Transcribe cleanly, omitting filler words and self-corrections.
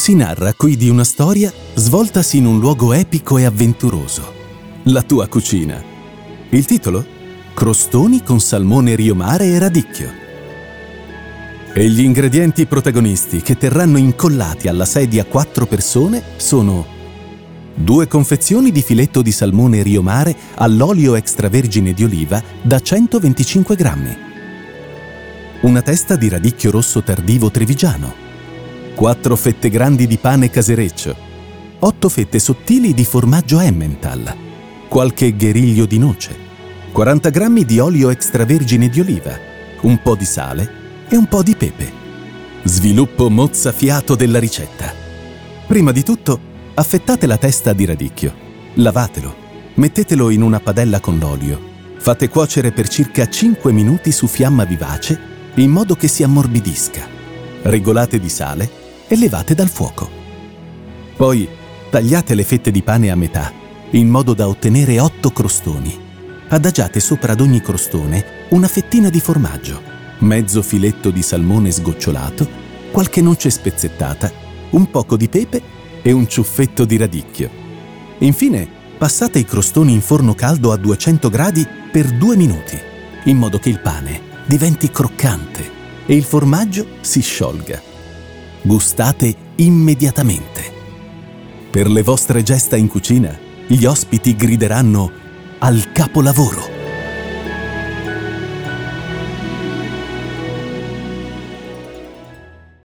Si narra qui di una storia svoltasi in un luogo epico e avventuroso, la tua cucina. Il titolo? Crostoni con salmone riomare e radicchio. E gli ingredienti protagonisti che terranno incollati alla sedia 4 persone sono 2 confezioni di filetto di salmone riomare all'olio extravergine di oliva da 125 grammi, una testa di radicchio rosso tardivo trevigiano, 4 fette grandi di pane casereccio, 8 fette sottili di formaggio Emmental, qualche gheriglio di noce, 40 grammi di olio extravergine di oliva, un po' di sale e un po' di pepe. Sviluppo mozzafiato della ricetta. Prima di tutto, affettate la testa di radicchio, lavatelo, mettetelo in una padella con l'olio, fate cuocere per circa 5 minuti su fiamma vivace in modo che si ammorbidisca, regolate di sale e levate dal fuoco. Poi tagliate le fette di pane a metà in modo da ottenere 8 crostoni. Adagiate sopra ad ogni crostone una fettina di formaggio, mezzo filetto di salmone sgocciolato, qualche noce spezzettata, un poco di pepe e un ciuffetto di radicchio. Infine, passate i crostoni in forno caldo a 200 gradi per 2 minuti, in modo che il pane diventi croccante e il formaggio si sciolga. Gustate immediatamente. Per le vostre gesta in cucina, gli ospiti grideranno al capolavoro.